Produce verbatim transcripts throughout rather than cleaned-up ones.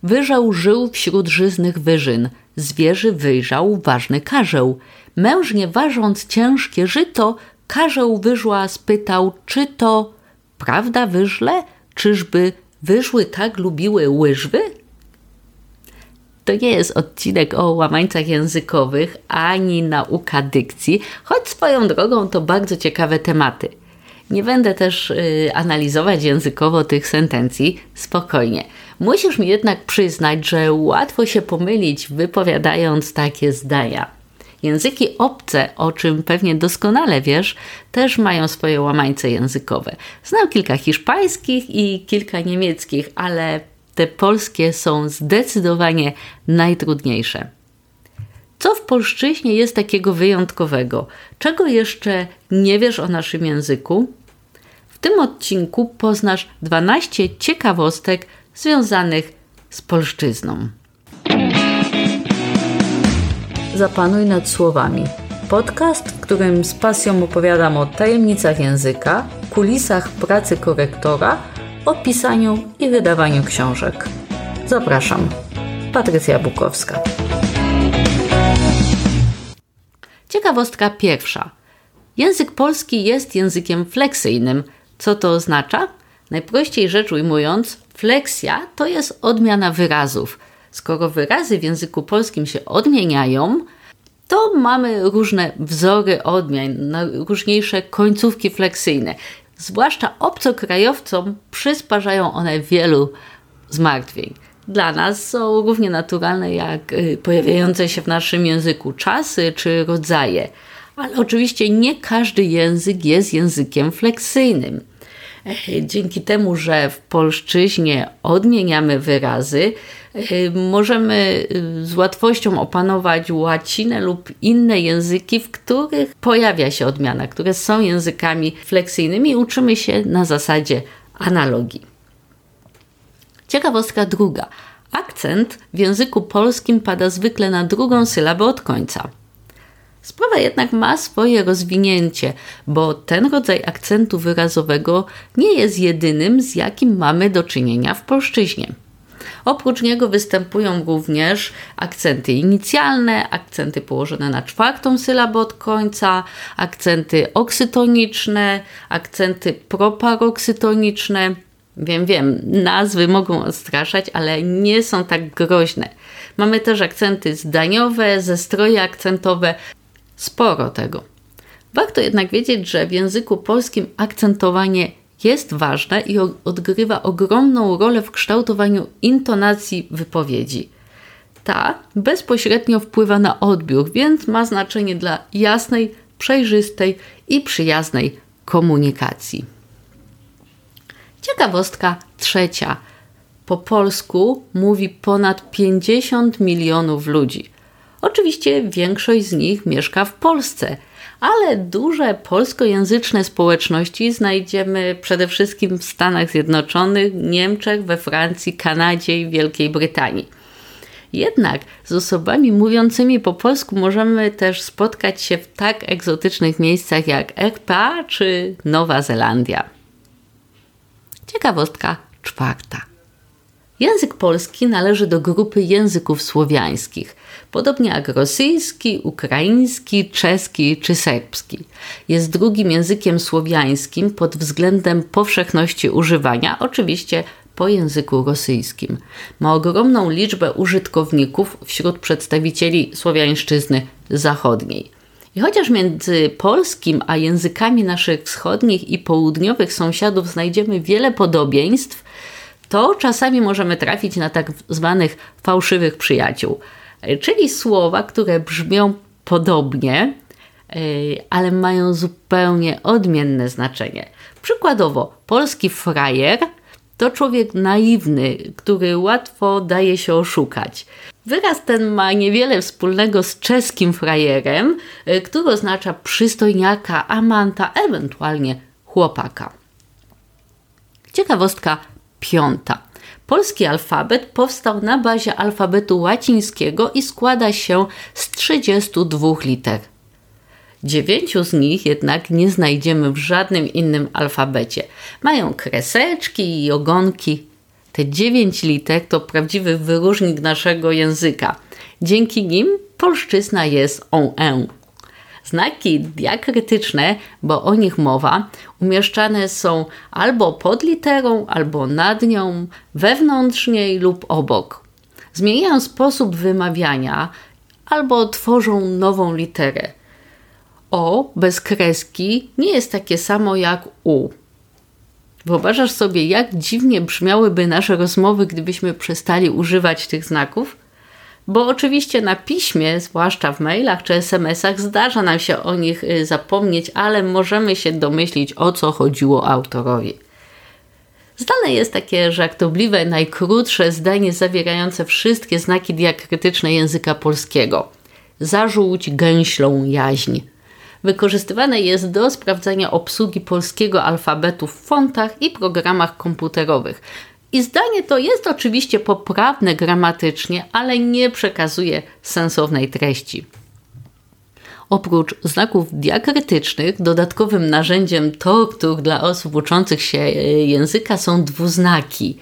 Wyżeł żył wśród żyznych wyżyn, z wieży wyjrzał ważny karzeł. Mężnie ważąc ciężkie żyto, karzeł wyżła spytał, czy to prawda wyżle, czyżby wyżły tak lubiły łyżwy? To nie jest odcinek o łamańcach językowych, ani nauka dykcji, choć swoją drogą to bardzo ciekawe tematy. Nie będę też y, analizować językowo tych sentencji, spokojnie. Musisz mi jednak przyznać, że łatwo się pomylić, wypowiadając takie zdania. Języki obce, o czym pewnie doskonale wiesz, też mają swoje łamańce językowe. Znam kilka hiszpańskich i kilka niemieckich, ale te polskie są zdecydowanie najtrudniejsze. Co w polszczyźnie jest takiego wyjątkowego? Czego jeszcze nie wiesz o naszym języku? W tym odcinku poznasz dwanaście ciekawostek związanych z polszczyzną. Zapanuj nad słowami. Podcast, w którym z pasją opowiadam o tajemnicach języka, kulisach pracy korektora, o pisaniu i wydawaniu książek. Zapraszam. Patrycja Bukowska. Ciekawostka pierwsza. Język polski jest językiem fleksyjnym. Co to oznacza? Najprościej rzecz ujmując, fleksja to jest odmiana wyrazów. Skoro wyrazy w języku polskim się odmieniają, to mamy różne wzory odmian, najróżniejsze końcówki fleksyjne. Zwłaszcza obcokrajowcom przysparzają one wielu zmartwień. Dla nas są równie naturalne jak pojawiające się w naszym języku czasy czy rodzaje. Ale oczywiście nie każdy język jest językiem fleksyjnym. Dzięki temu, że w polszczyźnie odmieniamy wyrazy, możemy z łatwością opanować łacinę lub inne języki, w których pojawia się odmiana, które są językami fleksyjnymi i uczymy się na zasadzie analogii. Ciekawostka druga. Akcent w języku polskim pada zwykle na drugą sylabę od końca. Sprawa jednak ma swoje rozwinięcie, bo ten rodzaj akcentu wyrazowego nie jest jedynym, z jakim mamy do czynienia w polszczyźnie. Oprócz niego występują również akcenty inicjalne, akcenty położone na czwartą sylabę od końca, akcenty oksytoniczne, akcenty proparoksytoniczne. Wiem, wiem, nazwy mogą odstraszać, ale nie są tak groźne. Mamy też akcenty zdaniowe, zestroje akcentowe, sporo tego. Warto jednak wiedzieć, że w języku polskim akcentowanie jest ważne i odgrywa ogromną rolę w kształtowaniu intonacji wypowiedzi. Ta bezpośrednio wpływa na odbiór, więc ma znaczenie dla jasnej, przejrzystej i przyjaznej komunikacji. Ciekawostka trzecia. Po polsku mówi ponad pięćdziesiąt milionów ludzi. Oczywiście większość z nich mieszka w Polsce, ale duże polskojęzyczne społeczności znajdziemy przede wszystkim w Stanach Zjednoczonych, Niemczech, we Francji, Kanadzie i Wielkiej Brytanii. Jednak z osobami mówiącymi po polsku możemy też spotkać się w tak egzotycznych miejscach jak R P A czy Nowa Zelandia. Ciekawostka czwarta. Język polski należy do grupy języków słowiańskich, podobnie jak rosyjski, ukraiński, czeski czy serbski. Jest drugim językiem słowiańskim pod względem powszechności używania, oczywiście po języku rosyjskim. Ma ogromną liczbę użytkowników wśród przedstawicieli słowiańszczyzny zachodniej. I chociaż między polskim a językami naszych wschodnich i południowych sąsiadów znajdziemy wiele podobieństw, to czasami możemy trafić na tak zwanych fałszywych przyjaciół, czyli słowa, które brzmią podobnie, ale mają zupełnie odmienne znaczenie. Przykładowo, polski frajer to człowiek naiwny, który łatwo daje się oszukać. Wyraz ten ma niewiele wspólnego z czeskim frajerem, który oznacza przystojniaka, amanta, ewentualnie chłopaka. Ciekawostka piąta. Polski alfabet powstał na bazie alfabetu łacińskiego i składa się z trzydziestu dwóch liter. Dziewięciu z nich jednak nie znajdziemy w żadnym innym alfabecie. Mają kreseczki i ogonki. Te dziewięć liter to prawdziwy wyróżnik naszego języka. Dzięki nim polszczyzna jest on-en. Znaki diakrytyczne, bo o nich mowa, umieszczane są albo pod literą, albo nad nią, wewnątrz niej lub obok. Zmieniają sposób wymawiania albo tworzą nową literę. O bez kreski nie jest takie samo jak U. Wyobrażasz sobie, jak dziwnie brzmiałyby nasze rozmowy, gdybyśmy przestali używać tych znaków? Bo oczywiście na piśmie, zwłaszcza w mailach czy es em esach, zdarza nam się o nich zapomnieć, ale możemy się domyślić, o co chodziło autorowi. Znane jest takie żartobliwe, najkrótsze zdanie zawierające wszystkie znaki diakrytyczne języka polskiego. Zażółć gęślą jaźń. Wykorzystywane jest do sprawdzania obsługi polskiego alfabetu w fontach i programach komputerowych. I zdanie to jest oczywiście poprawne gramatycznie, ale nie przekazuje sensownej treści. Oprócz znaków diakrytycznych, dodatkowym narzędziem tortur dla osób uczących się języka są dwuznaki.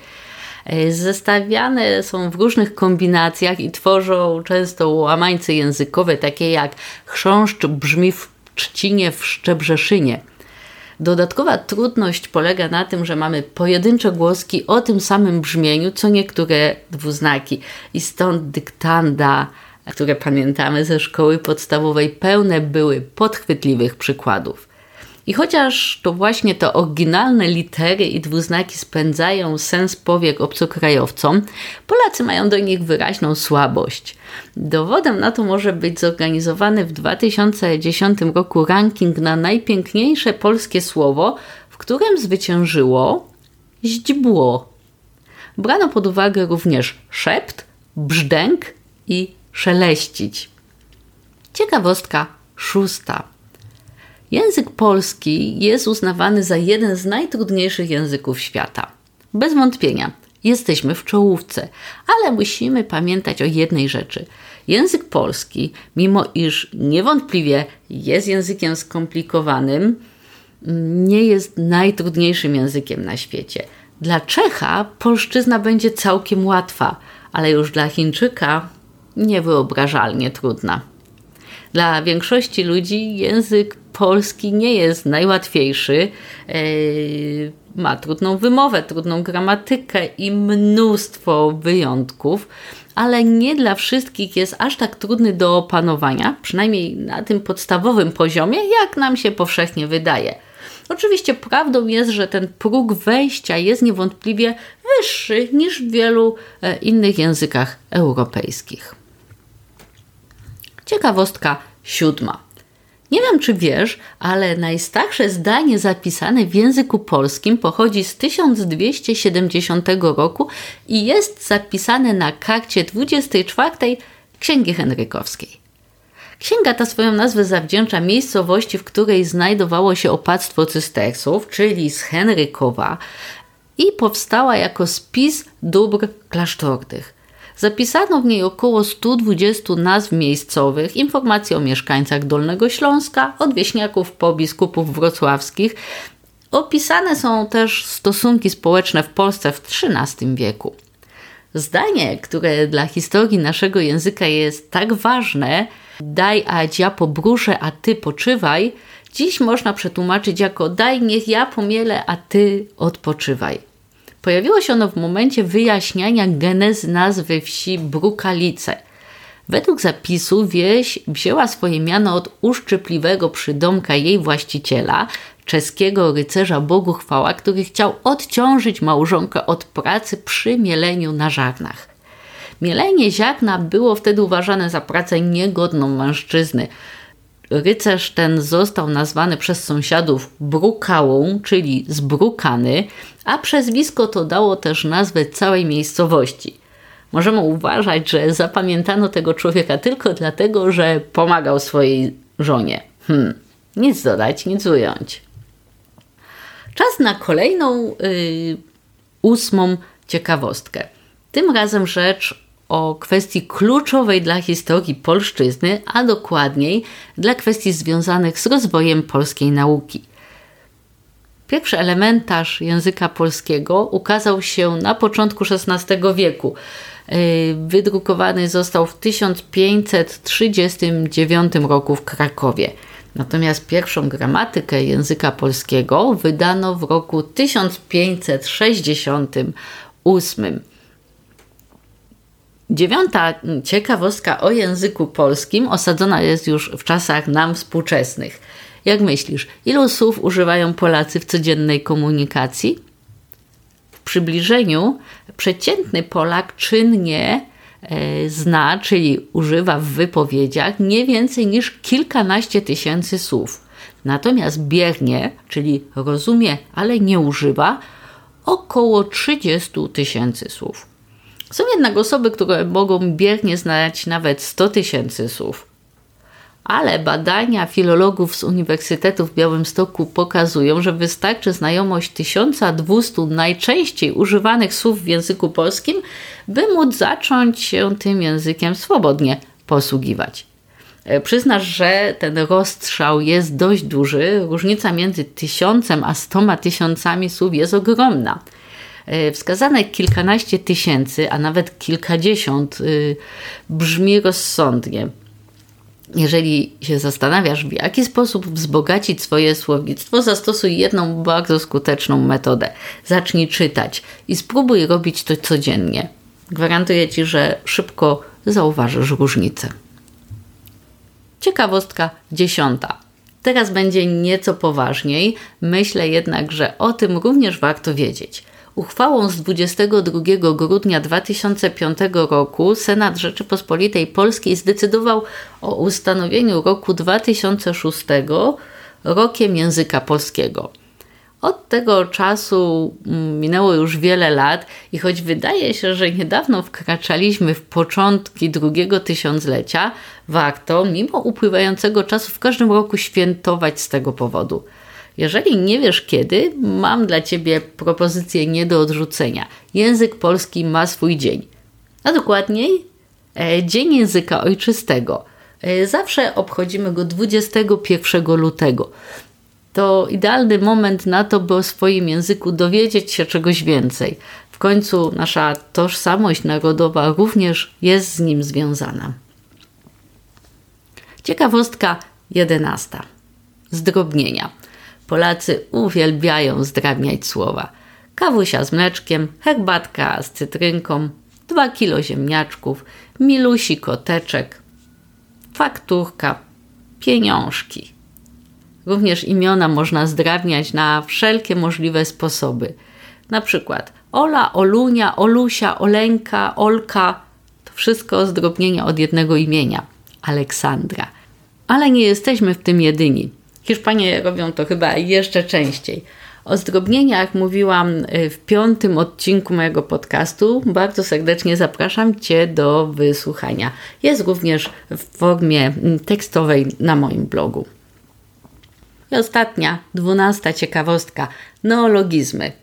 Zestawiane są w różnych kombinacjach i tworzą często łamańce językowe, takie jak chrząszcz brzmi w Trzcinie w Szczebrzeszynie. Dodatkowa trudność polega na tym, że mamy pojedyncze głoski o tym samym brzmieniu, co niektóre dwuznaki. I stąd dyktanda, które pamiętamy ze szkoły podstawowej, pełne były podchwytliwych przykładów. I chociaż to właśnie te oryginalne litery i dwuznaki spędzają sens powiek obcokrajowcom, Polacy mają do nich wyraźną słabość. Dowodem na to może być zorganizowany w dwa tysiące dziesiątym roku ranking na najpiękniejsze polskie słowo, w którym zwyciężyło źdźbło. Brano pod uwagę również szept, brzdęk i szeleścić. Ciekawostka szósta. Język polski jest uznawany za jeden z najtrudniejszych języków świata. Bez wątpienia, jesteśmy w czołówce, ale musimy pamiętać o jednej rzeczy. Język polski, mimo iż niewątpliwie jest językiem skomplikowanym, nie jest najtrudniejszym językiem na świecie. Dla Czecha polszczyzna będzie całkiem łatwa, ale już dla Chińczyka niewyobrażalnie trudna. Dla większości ludzi język polski nie jest najłatwiejszy. Yy, ma trudną wymowę, trudną gramatykę i mnóstwo wyjątków, ale nie dla wszystkich jest aż tak trudny do opanowania, przynajmniej na tym podstawowym poziomie, jak nam się powszechnie wydaje. Oczywiście prawdą jest, że ten próg wejścia jest niewątpliwie wyższy niż w wielu e, innych językach europejskich. Ciekawostka siódma. Nie wiem, czy wiesz, ale najstarsze zdanie zapisane w języku polskim pochodzi z tysiąc dwieście siedemdziesiątego roku i jest zapisane na karcie dwudziestej czwartej Księgi Henrykowskiej. Księga ta swoją nazwę zawdzięcza miejscowości, w której znajdowało się opactwo cystersów, czyli z Henrykowa, i powstała jako spis dóbr klasztornych. Zapisano w niej około stu dwudziestu nazw miejscowych, informacji o mieszkańcach Dolnego Śląska, od wieśniaków po biskupów wrocławskich. Opisane są też stosunki społeczne w Polsce w trzynastym wieku. Zdanie, które dla historii naszego języka jest tak ważne, daj, ać ja pobruszę, a ty poczywaj, dziś można przetłumaczyć jako daj, niech ja pomielę, a ty odpoczywaj. Pojawiło się ono w momencie wyjaśniania genezy nazwy wsi Brukalice. Według zapisu wieś wzięła swoje miano od uszczypliwego przydomka jej właściciela, czeskiego rycerza Bogu chwała, który chciał odciążyć małżonkę od pracy przy mieleniu na żarnach. Mielenie ziarna było wtedy uważane za pracę niegodną mężczyzny. Rycerz ten został nazwany przez sąsiadów Brukałą, czyli zbrukany, a przezwisko to dało też nazwę całej miejscowości. Możemy uważać, że zapamiętano tego człowieka tylko dlatego, że pomagał swojej żonie. Hmm, nic dodać, nic ująć. Czas na kolejną, yy, ósmą ciekawostkę. Tym razem rzecz o kwestii kluczowej dla historii polszczyzny, a dokładniej dla kwestii związanych z rozwojem polskiej nauki. Pierwszy elementarz języka polskiego ukazał się na początku szesnastego wieku. Wydrukowany został w tysiąc pięćset trzydziestym dziewiątym roku w Krakowie. Natomiast pierwszą gramatykę języka polskiego wydano w roku tysiąc pięćset sześćdziesiątym ósmym. Dziewiąta ciekawostka o języku polskim osadzona jest już w czasach nam współczesnych. Jak myślisz, ilu słów używają Polacy w codziennej komunikacji? W przybliżeniu przeciętny Polak czynnie e, zna, czyli używa w wypowiedziach nie więcej niż kilkanaście tysięcy słów. Natomiast biernie, czyli rozumie, ale nie używa, około trzydzieści tysięcy słów. Są jednak osoby, które mogą biernie znać nawet sto tysięcy słów. Ale badania filologów z Uniwersytetu w Białymstoku pokazują, że wystarczy znajomość tysiąc dwieście najczęściej używanych słów w języku polskim, by móc zacząć się tym językiem swobodnie posługiwać. Przyznasz, że ten rozstrzał jest dość duży. Różnica między tysiącem a stoma tysiącami słów jest ogromna. Wskazane kilkanaście tysięcy, a nawet kilkadziesiąt yy, brzmi rozsądnie. Jeżeli się zastanawiasz, w jaki sposób wzbogacić swoje słownictwo, zastosuj jedną bardzo skuteczną metodę. Zacznij czytać i spróbuj robić to codziennie. Gwarantuję Ci, że szybko zauważysz różnicę. Ciekawostka dziesiąta. Teraz będzie nieco poważniej, myślę jednak, że o tym również warto wiedzieć. Uchwałą z dwudziestego drugiego grudnia dwa tysiące piątego roku Senat Rzeczypospolitej Polskiej zdecydował o ustanowieniu roku dwa tysiące szóstego rokiem języka polskiego. Od tego czasu minęło już wiele lat i choć wydaje się, że niedawno wkraczaliśmy w początki drugiego tysiąclecia, warto mimo upływającego czasu w każdym roku świętować z tego powodu. Jeżeli nie wiesz kiedy, mam dla Ciebie propozycję nie do odrzucenia. Język polski ma swój dzień. A dokładniej e, Dzień Języka Ojczystego. E, zawsze obchodzimy go dwudziestego pierwszego lutego. To idealny moment na to, by o swoim języku dowiedzieć się czegoś więcej. W końcu nasza tożsamość narodowa również jest z nim związana. Ciekawostka jedenasta. Zdrobnienia. Polacy uwielbiają zdrabniać słowa. Kawusia z mleczkiem, herbatka z cytrynką, dwa kilo ziemniaczków, milusi koteczek, fakturka, pieniążki. Również imiona można zdrabniać na wszelkie możliwe sposoby. Na przykład Ola, Olunia, Olusia, Oleńka, Olka. To wszystko zdrobnienia od jednego imienia. Aleksandra. Ale nie jesteśmy w tym jedyni. Hiszpanie robią to chyba jeszcze częściej. O zdrobnieniach mówiłam w piątym odcinku mojego podcastu. Bardzo serdecznie zapraszam Cię do wysłuchania. Jest również w formie tekstowej na moim blogu. I ostatnia, dwunasta ciekawostka. Neologizmy.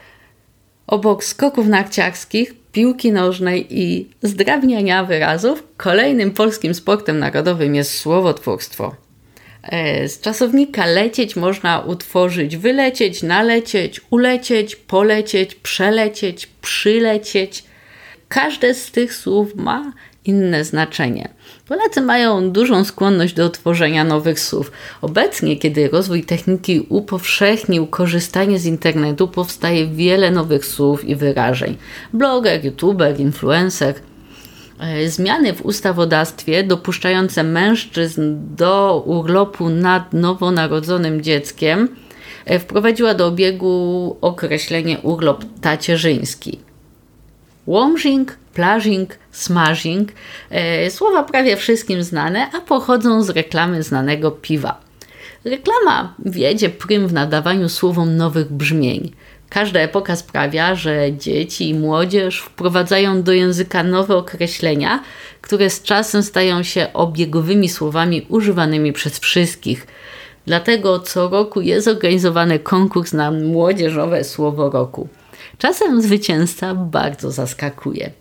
Obok skoków narciarskich, piłki nożnej i zdrabniania wyrazów, kolejnym polskim sportem narodowym jest słowotwórstwo. Z czasownika lecieć można utworzyć wylecieć, nalecieć, ulecieć, polecieć, przelecieć, przylecieć. Każde z tych słów ma inne znaczenie. Polacy mają dużą skłonność do tworzenia nowych słów. Obecnie, kiedy rozwój techniki upowszechnił korzystanie z internetu, powstaje wiele nowych słów i wyrażeń. Bloger, youtuber, influencer. Zmiany w ustawodawstwie dopuszczające mężczyzn do urlopu nad nowonarodzonym dzieckiem wprowadziła do obiegu określenie urlop tacierzyński. Łomżing, plażing, smażing, e, słowa prawie wszystkim znane, a pochodzą z reklamy znanego piwa. Reklama wiedzie prym w nadawaniu słowom nowych brzmień. Każda epoka sprawia, że dzieci i młodzież wprowadzają do języka nowe określenia, które z czasem stają się obiegowymi słowami używanymi przez wszystkich. Dlatego co roku jest organizowany konkurs na młodzieżowe słowo roku. Czasem zwycięzca bardzo zaskakuje.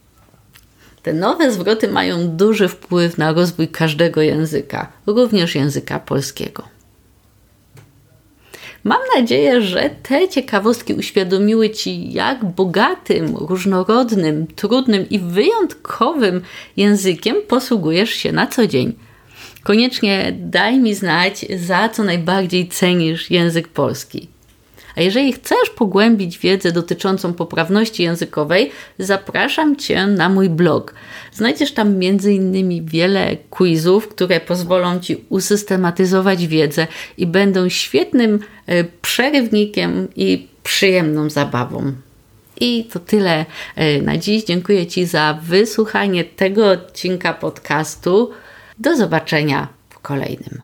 Te nowe zwroty mają duży wpływ na rozwój każdego języka, również języka polskiego. Mam nadzieję, że te ciekawostki uświadomiły Ci, jak bogatym, różnorodnym, trudnym i wyjątkowym językiem posługujesz się na co dzień. Koniecznie daj mi znać, za co najbardziej cenisz język polski. A jeżeli chcesz pogłębić wiedzę dotyczącą poprawności językowej, zapraszam Cię na mój blog. Znajdziesz tam między innymi wiele quizów, które pozwolą Ci usystematyzować wiedzę i będą świetnym e, przerywnikiem i przyjemną zabawą. I to tyle e, na dziś. Dziękuję Ci za wysłuchanie tego odcinka podcastu. Do zobaczenia w kolejnym.